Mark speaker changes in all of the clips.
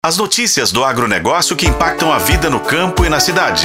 Speaker 1: As notícias do agronegócio que impactam a vida no campo e na cidade.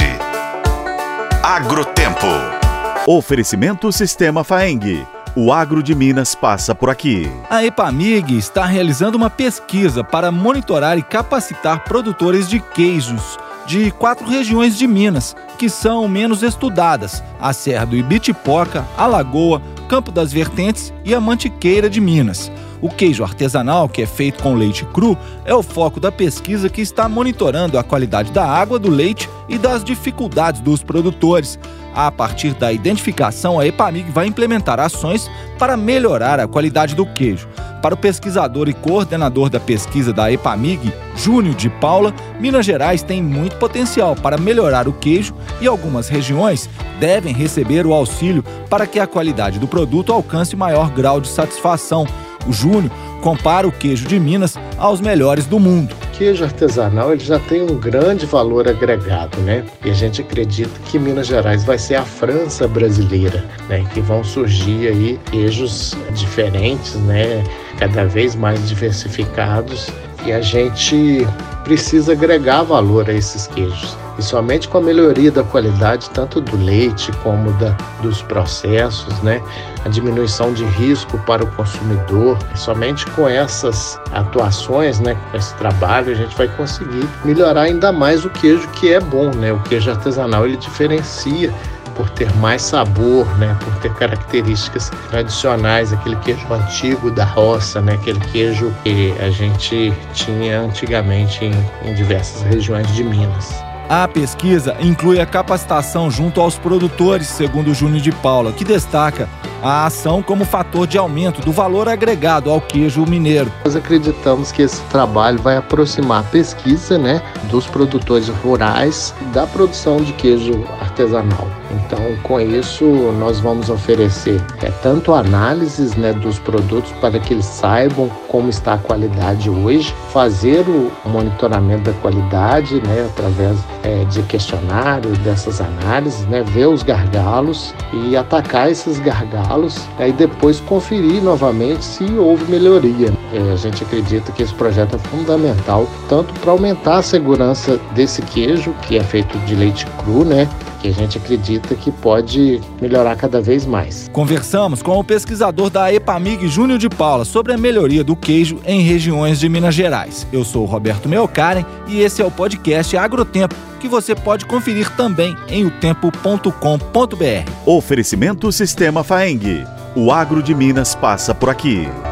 Speaker 1: Agrotempo.
Speaker 2: Oferecimento Sistema Faeng. O agro de Minas passa por aqui.
Speaker 3: A EPAMIG está realizando uma pesquisa para monitorar e capacitar produtores de queijos de 4 regiões de Minas, que são menos estudadas: a Serra do Ibitipoca, a Lagoa, Campo das Vertentes e a Mantiqueira de Minas. O queijo artesanal, que é feito com leite cru, é o foco da pesquisa, que está monitorando a qualidade da água, do leite e das dificuldades dos produtores. A partir da identificação, a EPAMIG vai implementar ações para melhorar a qualidade do queijo. Para o pesquisador e coordenador da pesquisa da EPAMIG, Júnior de Paula, Minas Gerais tem muito potencial para melhorar o queijo e algumas regiões devem receber o auxílio para que a qualidade do produto alcance maior grau de satisfação. O Júnior compara o queijo de Minas aos melhores do mundo.
Speaker 4: O queijo artesanal ele já tem um grande valor agregado, né? E a gente acredita que Minas Gerais vai ser a França brasileira, né? Que vão surgir aí queijos diferentes, né? Cada vez mais diversificados. E a gente precisa agregar valor a esses queijos. E somente com a melhoria da qualidade, tanto do leite como dos processos, né? A diminuição de risco para o consumidor. E somente com essas atuações, né? Com esse trabalho, a gente vai conseguir melhorar ainda mais o queijo, que é bom, né? O queijo artesanal, ele diferencia por ter mais sabor, né? Por ter características tradicionais, aquele queijo antigo da roça, né? Aquele queijo que a gente tinha antigamente em diversas regiões de Minas.
Speaker 3: A pesquisa inclui a capacitação junto aos produtores, segundo o Júnior de Paula, que destaca a ação como fator de aumento do valor agregado ao queijo mineiro.
Speaker 4: Nós acreditamos que esse trabalho vai aproximar a pesquisa, né, dos produtores rurais da produção de queijo artesanal. Então, com isso, nós vamos oferecer tanto análises, né, dos produtos para que eles saibam como está a qualidade hoje, fazer o monitoramento da qualidade, né, através de questionário, dessas análises, né, ver os gargalos e atacar esses gargalos, e depois conferir novamente se houve melhoria. A gente acredita que esse projeto é fundamental, tanto para aumentar a segurança desse queijo, que é feito de leite cru, né, que a gente acredita que pode melhorar cada vez mais.
Speaker 3: Conversamos com o pesquisador da EPAMIG, Júnior de Paula, sobre a melhoria do queijo em regiões de Minas Gerais. Eu sou o Roberto Melkaren e esse é o podcast Agrotempo, que você pode conferir também em otempo.com.br.
Speaker 2: Oferecimento Sistema Faeng. O agro de Minas passa por aqui.